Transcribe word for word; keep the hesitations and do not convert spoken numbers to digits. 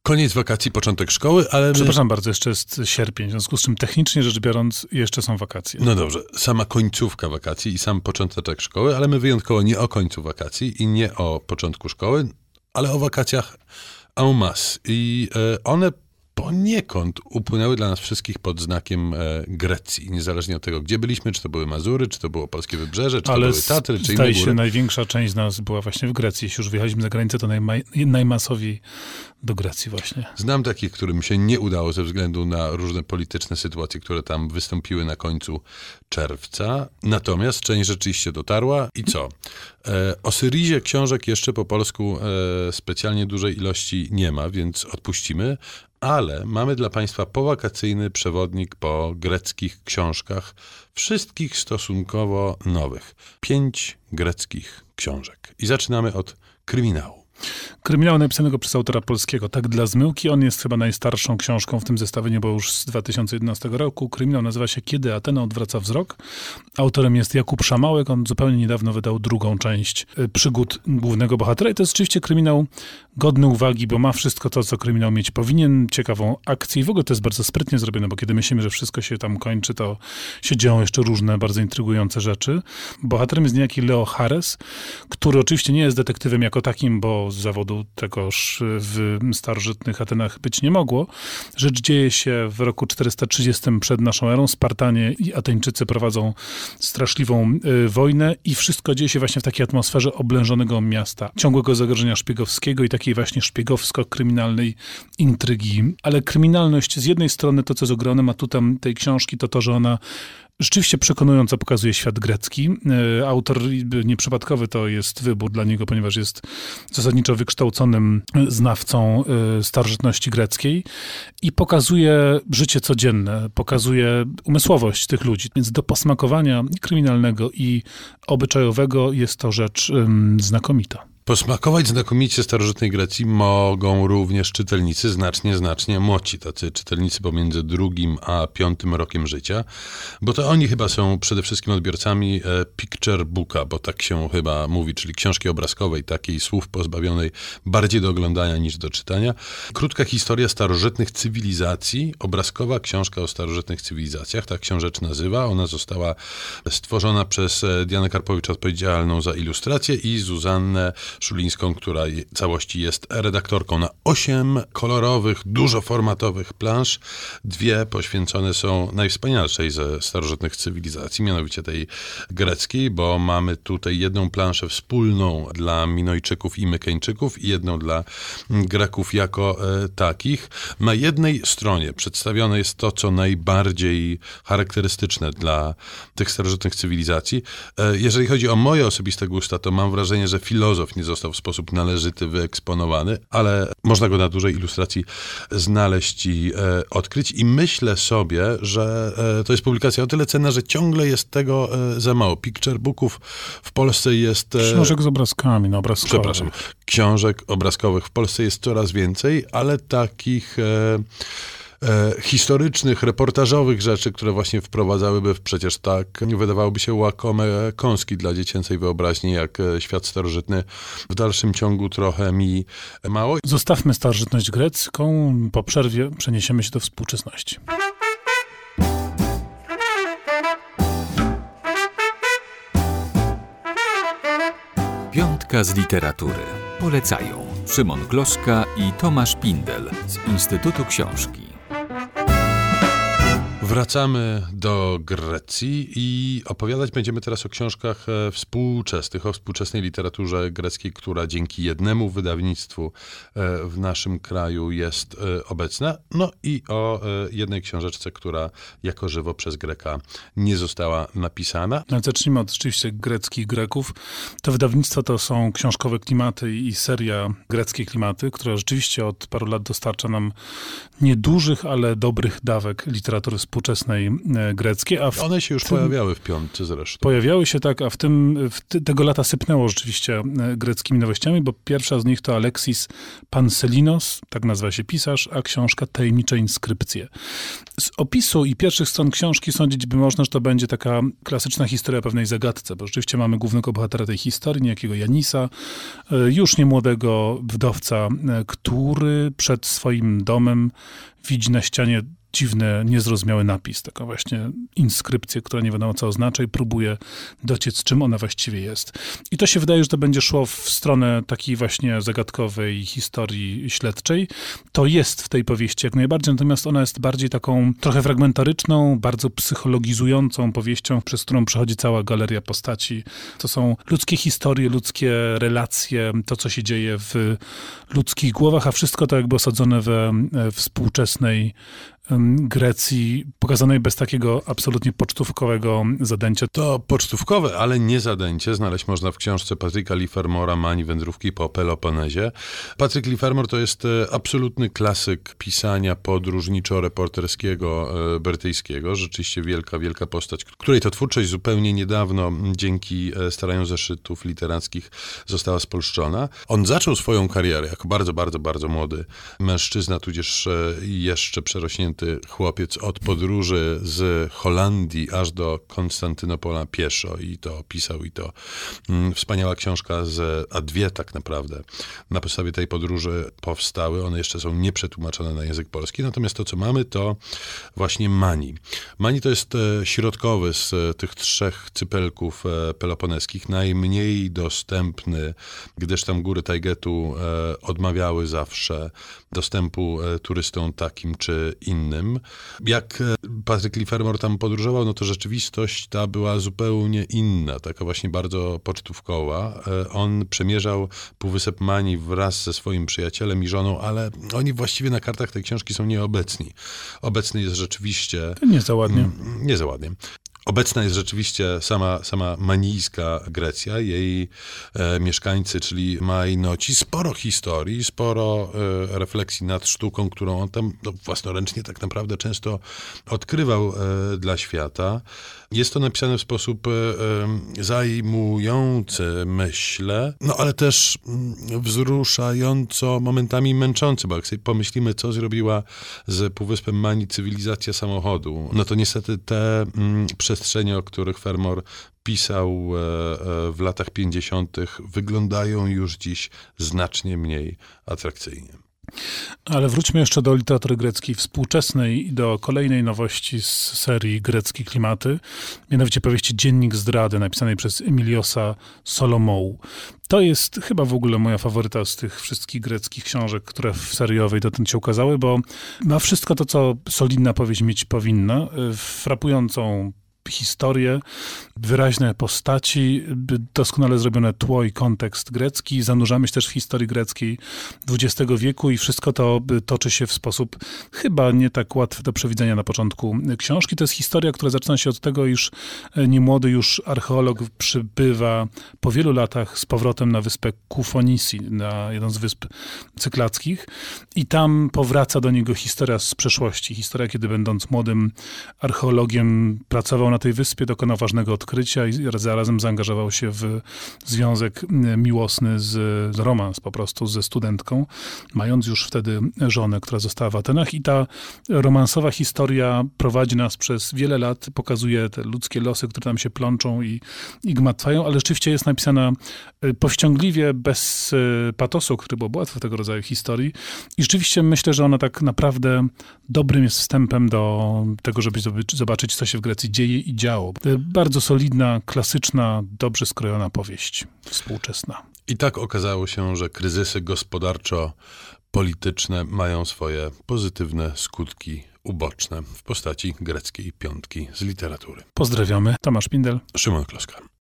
Koniec wakacji, początek szkoły, ale... My... Przepraszam bardzo, jeszcze jest sierpień, w związku z czym technicznie rzecz biorąc jeszcze są wakacje. No dobrze, sama końcówka wakacji i sam początek szkoły, ale my wyjątkowo nie o końcu wakacji i nie o początku szkoły, ale o wakacjach en masse. I e, one poniekąd upłynęły dla nas wszystkich pod znakiem e, Grecji. Niezależnie od tego, gdzie byliśmy, czy to były Mazury, czy to było Polskie Wybrzeże, czy ale to były Tatry, czy inne zdaje góry. się, największa część z nas była właśnie w Grecji. Jeśli już wyjechaliśmy za granicę, to najma- najmasowiej do Grecji właśnie. Znam takich, którym się nie udało ze względu na różne polityczne sytuacje, które tam wystąpiły na końcu czerwca. Natomiast część rzeczywiście dotarła. I co? E, o Syrizie książek jeszcze po polsku e, specjalnie dużej ilości nie ma, więc odpuścimy. Ale mamy dla Państwa powakacyjny przewodnik po greckich książkach, wszystkich stosunkowo nowych. Pięć greckich książek. I zaczynamy od kryminału. Kryminał napisanego przez autora polskiego. Tak dla zmyłki. On jest chyba najstarszą książką w tym zestawieniu, bo już z dwa tysiące jedenastego roku. Kryminał nazywa się Kiedy Atena odwraca wzrok. Autorem jest Jakub Szamałek. On zupełnie niedawno wydał drugą część przygód głównego bohatera. I to jest rzeczywiście kryminał godny uwagi, bo ma wszystko to, co kryminał mieć powinien. Ciekawą akcję. I w ogóle to jest bardzo sprytnie zrobione, bo kiedy myślimy, że wszystko się tam kończy, to się dzieją jeszcze różne bardzo intrygujące rzeczy. Bohaterem jest niejaki Leo Hares, który oczywiście nie jest detektywem jako takim, bo z zawodu tegoż w starożytnych Atenach być nie mogło. Rzecz dzieje się w roku czterysta trzydziestym przed naszą erą. Spartanie i Ateńczycy prowadzą straszliwą y, wojnę i wszystko dzieje się właśnie w takiej atmosferze oblężonego miasta. Ciągłego zagrożenia szpiegowskiego i takiej właśnie szpiegowsko-kryminalnej intrygi. Ale kryminalność z jednej strony, to co jest ogromnym atutem tej książki, to to, że ona rzeczywiście przekonująco pokazuje świat grecki. Autor nieprzypadkowy to jest wybór dla niego, ponieważ jest zasadniczo wykształconym znawcą starożytności greckiej i pokazuje życie codzienne, pokazuje umysłowość tych ludzi. Więc do posmakowania i kryminalnego, i obyczajowego jest to rzecz um, znakomita. Posmakować znakomicie starożytnej Grecji mogą również czytelnicy znacznie, znacznie młodsi, tacy czytelnicy pomiędzy drugim a piątym rokiem życia, bo to oni chyba są przede wszystkim odbiorcami e, picture booka, bo tak się chyba mówi, czyli książki obrazkowej, takiej słów pozbawionej, bardziej do oglądania niż do czytania. Krótka historia starożytnych cywilizacji, obrazkowa książka o starożytnych cywilizacjach, tak się rzecz nazywa. Ona została stworzona przez Dianę Karpowicz, odpowiedzialną za ilustrację, i Zuzannę Szulińską, która całości jest redaktorką. Na osiem kolorowych, dużoformatowych plansz. Dwie poświęcone są najwspanialszej ze starożytnych cywilizacji, mianowicie tej greckiej, bo mamy tutaj jedną planszę wspólną dla Minojczyków i Mykeńczyków i jedną dla Greków jako e, takich. Na jednej stronie przedstawione jest to, co najbardziej charakterystyczne dla tych starożytnych cywilizacji. E, jeżeli chodzi o moje osobiste gusta, to mam wrażenie, że filozof nie został w sposób należyty wyeksponowany, ale można go na dużej ilustracji znaleźć i e, odkryć. I myślę sobie, że e, to jest publikacja o tyle cenna, że ciągle jest tego e, za mało. Picture booków w Polsce jest... E, książek z obrazkami, no obrazkowych. Przepraszam. Książek obrazkowych w Polsce jest coraz więcej, ale takich... E, E, historycznych, reportażowych rzeczy, które właśnie wprowadzałyby w przecież tak, wydawałoby się łakome kąski dla dziecięcej wyobraźni, jak świat starożytny, w dalszym ciągu trochę mi mało. Zostawmy starożytność grecką, po przerwie przeniesiemy się do współczesności. Piątka z literatury. Polecają Szymon Gloszka i Tomasz Pindel z Instytutu Książki. Wracamy do Grecji i opowiadać będziemy teraz o książkach współczesnych, o współczesnej literaturze greckiej, która dzięki jednemu wydawnictwu w naszym kraju jest obecna. No i o jednej książeczce, która jako żywo przez Greka nie została napisana. No, zacznijmy od rzeczywiście greckich Greków. To wydawnictwo to są książkowe klimaty i seria Greckie Klimaty, która rzeczywiście od paru lat dostarcza nam niedużych, ale dobrych dawek literatury współczesnej. współczesnej greckiej. A w One się już tym... pojawiały w piątce zresztą. Pojawiały się, tak, a w tym w te, tego lata sypnęło rzeczywiście greckimi nowościami, bo pierwsza z nich to Aleksis Panselinos, tak nazywa się pisarz, a książka Tajemnicze inskrypcje. Z opisu i pierwszych stron książki sądzić by można, że to będzie taka klasyczna historia o pewnej zagadce, bo rzeczywiście mamy głównego bohatera tej historii, niejakiego Janisa, już niemłodego wdowca, który przed swoim domem widzi na ścianie dziwny, niezrozumiały napis, taką właśnie inskrypcję, która nie wiadomo co oznacza i próbuje dociec, czym ona właściwie jest. I to się wydaje, że to będzie szło w stronę takiej właśnie zagadkowej historii śledczej. To jest w tej powieści jak najbardziej, natomiast ona jest bardziej taką trochę fragmentaryczną, bardzo psychologizującą powieścią, przez którą przechodzi cała galeria postaci. To są ludzkie historie, ludzkie relacje, to co się dzieje w ludzkich głowach, a wszystko to jakby osadzone we współczesnej Grecji, pokazanej bez takiego absolutnie pocztówkowego zadęcia. To pocztówkowe, ale nie zadęcie znaleźć można w książce Patryka Livermora Mani wędrówki po Peloponezie. Patryk Livermore to jest absolutny klasyk pisania podróżniczo-reporterskiego brytyjskiego. Rzeczywiście wielka, wielka postać, której to twórczość zupełnie niedawno dzięki staraniom zeszytów literackich została spolszczona. On zaczął swoją karierę jako bardzo, bardzo, bardzo młody mężczyzna, tudzież jeszcze przerośnięty chłopiec od podróży z Holandii aż do Konstantynopola pieszo i to pisał i to mm, wspaniała książka, z, a dwie tak naprawdę na podstawie tej podróży powstały. One jeszcze są nieprzetłumaczone na język polski, natomiast to, co mamy, to właśnie Mani. Mani to jest e, środkowy z e, tych trzech cypelków e, peloponeskich, najmniej dostępny, gdyż tam góry Tajgetu e, odmawiały zawsze dostępu e, turystom takim czy innym. Jak Patryk Livermore tam podróżował, no to rzeczywistość ta była zupełnie inna, taka właśnie bardzo pocztówkowa. On przemierzał Półwysep Mani wraz ze swoim przyjacielem i żoną, ale oni właściwie na kartach tej książki są nieobecni. Obecny jest rzeczywiście... To nie za ładnie. Mm, nie za ładnie. Obecna jest rzeczywiście sama, sama manijska Grecja, jej e, mieszkańcy, czyli Mainoci. Sporo historii, sporo e, refleksji nad sztuką, którą on tam no, własnoręcznie tak naprawdę często odkrywał e, dla świata. Jest to napisane w sposób e, e, zajmujący, myślę, no ale też mm, wzruszająco, momentami męczący, bo jak sobie pomyślimy, co zrobiła z Półwyspem Mani cywilizacja samochodu, no to niestety te mm, przestrzenie, o których Fermor pisał w latach pięćdziesiątych, wyglądają już dziś znacznie mniej atrakcyjnie. Ale wróćmy jeszcze do literatury greckiej współczesnej i do kolejnej nowości z serii Greckie Klimaty, mianowicie powieści Dziennik zdrady, napisanej przez Emiliosa Solomou. To jest chyba w ogóle moja faworyta z tych wszystkich greckich książek, które w seriowej dotąd się ukazały, bo ma wszystko to, co solidna powieść mieć powinna. Frapującą historię, wyraźne postaci, doskonale zrobione tło i kontekst grecki. Zanurzamy się też w historii greckiej dwudziestego wieku i wszystko to toczy się w sposób chyba nie tak łatwy do przewidzenia na początku książki. To jest historia, która zaczyna się od tego, iż niemłody już archeolog przybywa po wielu latach z powrotem na wyspę Kufonisi, na jedną z wysp cyklackich i tam powraca do niego historia z przeszłości. Historia, kiedy będąc młodym archeologiem pracował na tej wyspie, dokonał ważnego odkrycia i zarazem zaangażował się w związek miłosny, z, z romans po prostu ze studentką, mając już wtedy żonę, która została w Atenach i ta romansowa historia prowadzi nas przez wiele lat, pokazuje te ludzkie losy, które tam się plączą i, i gmatwają, ale rzeczywiście jest napisana powściągliwie, bez patosu, który był łatwy w tego rodzaju historii i rzeczywiście myślę, że ona tak naprawdę dobrym jest wstępem do tego, żeby zobaczyć, co się w Grecji dzieje i działo. Bardzo solidna, klasyczna, dobrze skrojona powieść współczesna. I tak okazało się, że kryzysy gospodarczo-polityczne mają swoje pozytywne skutki uboczne w postaci greckiej piątki z literatury. Pozdrawiamy. Tomasz Pindel. Szymon Kloska.